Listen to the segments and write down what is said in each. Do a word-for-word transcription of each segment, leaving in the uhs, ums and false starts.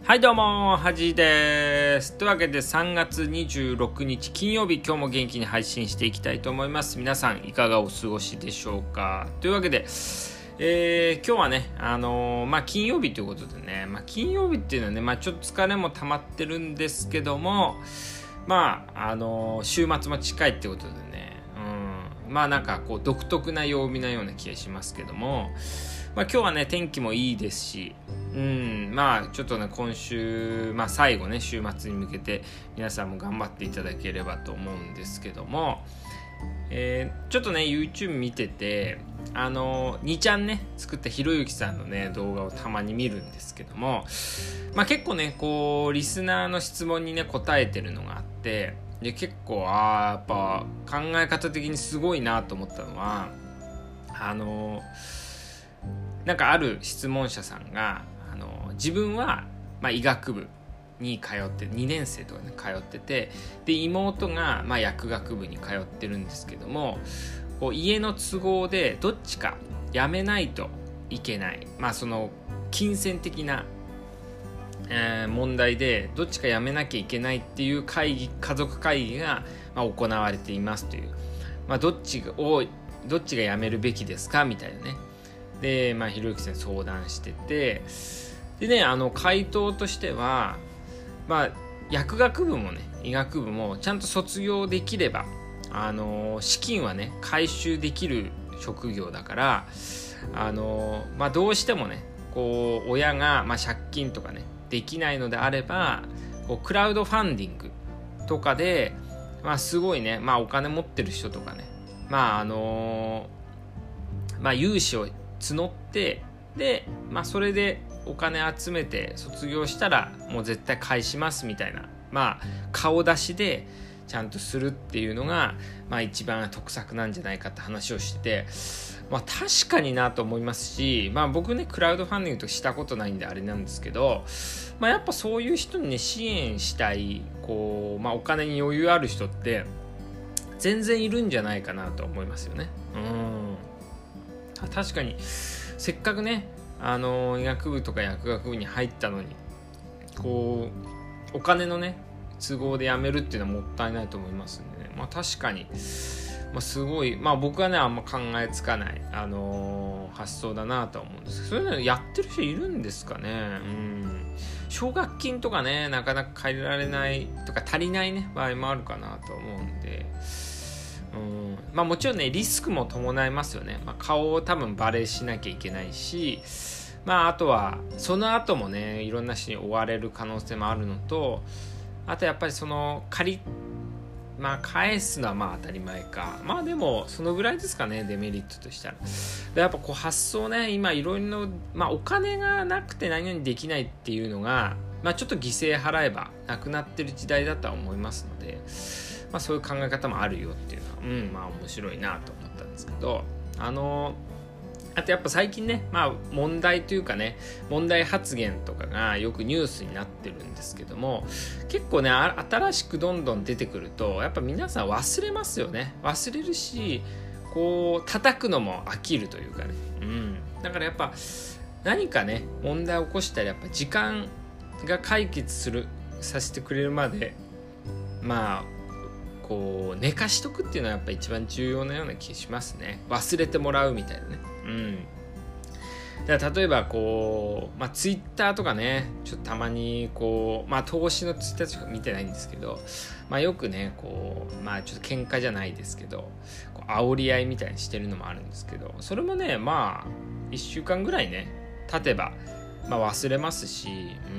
はいどうもはじです。というわけでさんがつにじゅうろくにち金曜日、今日も元気に配信していきたいと思います。皆さんいかがお過ごしでしょうか。というわけで、えー、今日はねあのー、まあ金曜日ということでね、まあ、金曜日っていうのはね、まあ、ちょっと疲れも溜まってるんですけども、まああのー、週末も近いってことでね、うん、まあなんかこう独特な曜日なような気がしますけども、まあ、今日はね天気もいいですし、うんまあちょっとね今週、まあ、最後ね週末に向けて皆さんも頑張っていただければと思うんですけども、えー、ちょっとね YouTube 見ててあのにちゃんね作ったひろゆきさんのね動画をたまに見るんですけども、まあ結構ねこうリスナーの質問にね答えてるのがあって、で結構あーやっぱ考え方的にすごいなと思ったのは、あのなんかある質問者さんがあの自分は、まあ、医学部に通ってにねん生とかね通ってて、で妹が、まあ、薬学部に通ってるんですけども、こう家の都合でどっちか辞めないといけない、まあその金銭的な、えー、問題でどっちか辞めなきゃいけないっていう会議家族会議が、まあ、行われていますという、まあ、どっちをどっちが辞めるべきですかみたいなね。で、まあ、ひろゆきさんに相談してて、でね、あの回答としては、まあ、薬学部もね、医学部もちゃんと卒業できれば、あの資金はね、回収できる職業だから、あのまあ、どうしてもね、こう親が、まあ、借金とかね、できないのであれば、こうクラウドファンディングとかで、まあ、すごいね、まあ、お金持ってる人とかね、まああのまあ、融資を募って、で、まあ、それでお金集めて卒業したらもう絶対返しますみたいな、まあ顔出しでちゃんとするっていうのが、まあ、一番得策なんじゃないかって話をしてて、まあ確かになと思いますし、まあ僕ねクラウドファンディングとしたことないんであれなんですけど、まあやっぱそういう人にね支援したい、こう、まあ、お金に余裕ある人って全然いるんじゃないかなと思いますよね。うん確かにせっかくねあの医学部とか薬学部に入ったのに、こうお金のね都合で辞めるっていうのはもったいないと思いますんでね、まあ確かに、まあ、すごいまあ僕はねあんま考えつかない、あのー、発想だなとは思うんですけど、そういうのやってる人いるんですかね。うん奨学金とかねなかなか借りられないとか足りないね場合もあるかなと思うんで、うんまあ、もちろんねリスクも伴いますよね、まあ、顔を多分バレしなきゃいけないし、まああとはその後もねいろんな人に追われる可能性もあるのと、あとやっぱりその借りまあ返すのはまあ当たり前か、まあでもそのぐらいですかねデメリットとしたら。でやっぱこう発想ね今いろいろまあお金がなくて何々できないっていうのが、まあ、ちょっと犠牲払えばなくなってる時代だとは思いますので、まあ、そういう考え方もあるよっていうのは、うん、まあ面白いなと思ったんですけど、あのあとやっぱ最近ね、まあ問題というかね、問題発言とかがよくニュースになってるんですけども、結構ね、新しくどんどん出てくると、やっぱ皆さん忘れますよね。忘れるし、こう叩くのも飽きるというかね、うん。だからやっぱ何かね、問題を起こしたらやっぱ時間が解決するさせてくれるまで、まあこう寝かしとくっていうのはやっぱ一番重要なような気がしますね。忘れてもらうみたいなね。うん。だから例えばこう、まあツイッターとかね、ちょっとたまにこう、まあ投資のツイッターしか見てないんですけど、まあよくね、こう、まあちょっと喧嘩じゃないですけど、こう煽り合いみたいにしてるのもあるんですけど、それもね、まあいっしゅうかんぐらいね、経てば、まあ忘れますし、うん。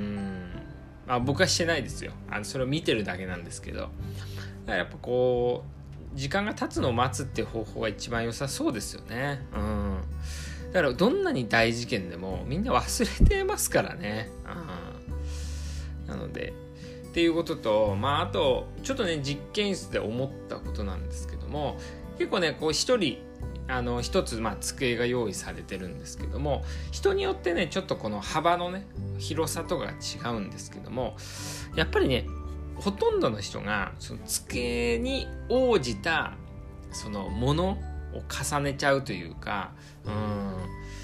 まあ僕はしてないですよ。あのそれを見てるだけなんですけど。だからやっぱこう時間が経つのを待つっていう方法が一番良さそうですよね。うん。だからどんなに大事件でもみんな忘れてますからね。うん。なのでっていうことと、まああとちょっとね実験室で思ったことなんですけども、結構ねこう一人あの一つまあ机が用意されてるんですけども、人によってねちょっとこの幅のね広さとかが違うんですけども、やっぱりねほとんどの人がその机に応じたそのものを重ねちゃうというか、うん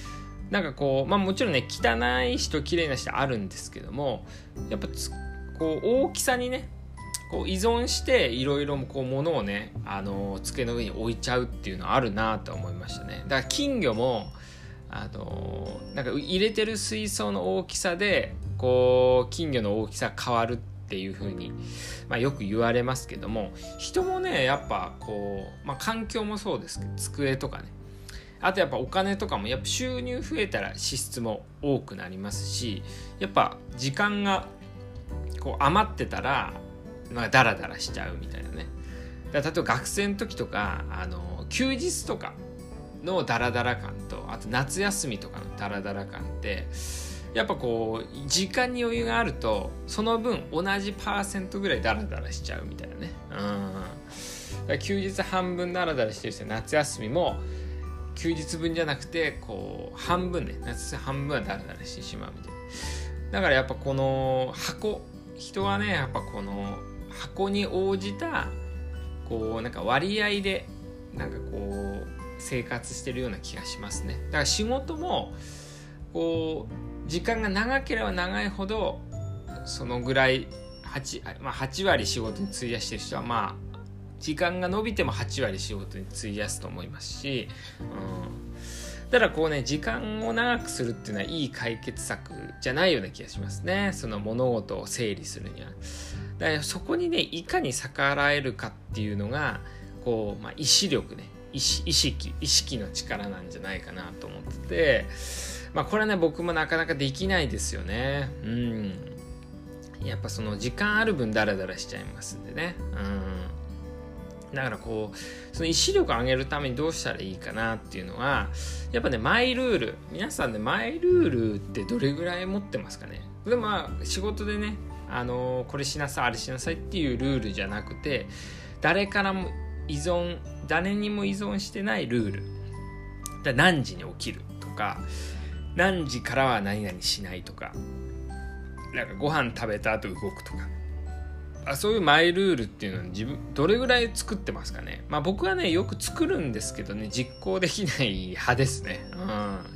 なんかこうまあもちろんね汚い人綺麗な人あるんですけども、やっぱつこう大きさにねこう依存していろいろこう物をねあの机の上に置いちゃうっていうのはあるなと思いましたね。だから金魚もあのなんか入れてる水槽の大きさでこう金魚の大きさ変わるっていう風に、まあ、よく言われますけども、人もねやっぱこう、まあ、環境もそうですけど机とかね、あとやっぱお金とかもやっぱ収入増えたら支出も多くなりますし、やっぱ時間がこう余ってたらまあダラダラしちゃうみたいなね。だから例えば学生の時とかあの休日とかのダラダラ感と、あと夏休みとかのダラダラ感ってやっぱこう時間に余裕があるとその分同じパーセントぐらいダラダラしちゃうみたいなね。うん、だから休日半分ダラダラしてる人、夏休みも休日分じゃなくてこう半分ね、夏休み半分はダラダラしてしまうみたいな。だからやっぱこの箱、人はねやっぱこの箱に応じたこうなんか割合でなんかこう生活してるような気がしますね。だから仕事もこう時間が長ければ長いほどそのぐらい 8,、まあ、はち割仕事に費やしてる人はまあ時間が伸びてもはち割仕事に費やすと思いますし、うん、だからこうね時間を長くするっていうのはいい解決策じゃないような気がしますね。その物事を整理するには。だからそこにねいかに逆らえるかっていうのがこう、まあ、意志力ね、意識意識意識の力なんじゃないかなと思ってて、まあこれはね僕もなかなかできないですよね。うん、やっぱその時間ある分ダラダラしちゃいますんでね。うん、だからこうその意志力を上げるためにどうしたらいいかなっていうのはやっぱねマイルール、皆さんねマイルールってどれぐらい持ってますかね。でもまあ仕事でねあのこれしなさいあれしなさいっていうルールじゃなくて、誰からも依存誰にも依存してないルールだ。何時に起きるとか、何時からは何々しないとか、なんかご飯食べた後動くとか、あそういうマイルールっていうのを自分どれぐらい作ってますかね。まあ僕はねよく作るんですけどね実行できない派ですね。うん、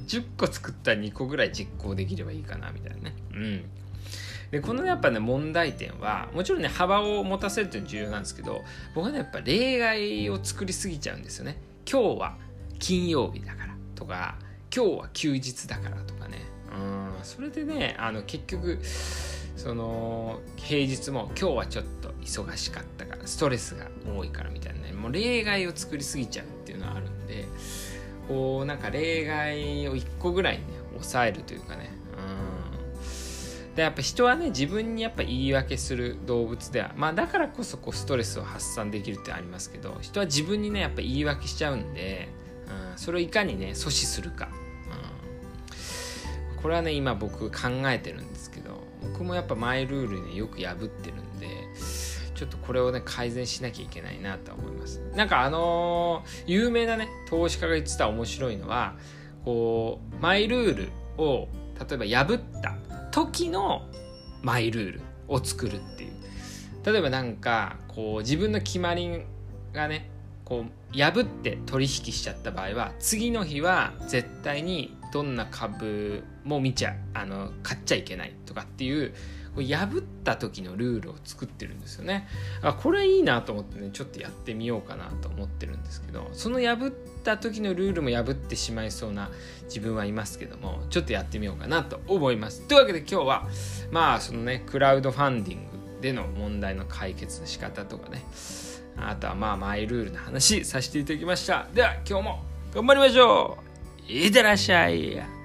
じゅっこ作ったらにこぐらい実行できればいいかなみたいなね。うんでこのやっぱね問題点はもちろんね幅を持たせるっていうのは重要なんですけど、僕はねやっぱ例外を作りすぎちゃうんですよね。今日は金曜日だからとか、今日は休日だからとかね。うんそれでねあの結局その平日も今日はちょっと忙しかったからストレスが多いからみたいなね、もう例外を作りすぎちゃうっていうのはあるんで、こうなんか例外をいっこぐらいね抑えるというかね。でやっぱ人はね自分にやっぱ言い訳する動物では、まあだからこそこうストレスを発散できるってありますけど、人は自分にねやっぱ言い訳しちゃうんで、うん、それをいかにね阻止するか、うん、これはね今僕考えてるんですけど、僕もやっぱマイルールねよく破ってるんで、ちょっとこれをね改善しなきゃいけないなと思います。なんかあのー、有名なね投資家が言ってた面白いのは、こうマイルールを例えば破った時のマイルールを作るっていう。例えばなんかこう自分の決まりがねこう破って取引しちゃった場合は、次の日は絶対にどんな株も見ちゃあの買っちゃいけないとかっていうこう破った時のルールを作ってるんですよね。あこれいいなと思ってねちょっとやってみようかなと思ってるんですけど、その破った時のルールも破ってしまいそうな自分はいますけども、ちょっとやってみようかなと思います。というわけで今日はまあそのねクラウドファンディングでの問題の解決の仕方とかね、あとはまあマイルールの話させていただきました。では今日も頑張りましょう。いってらっしゃい。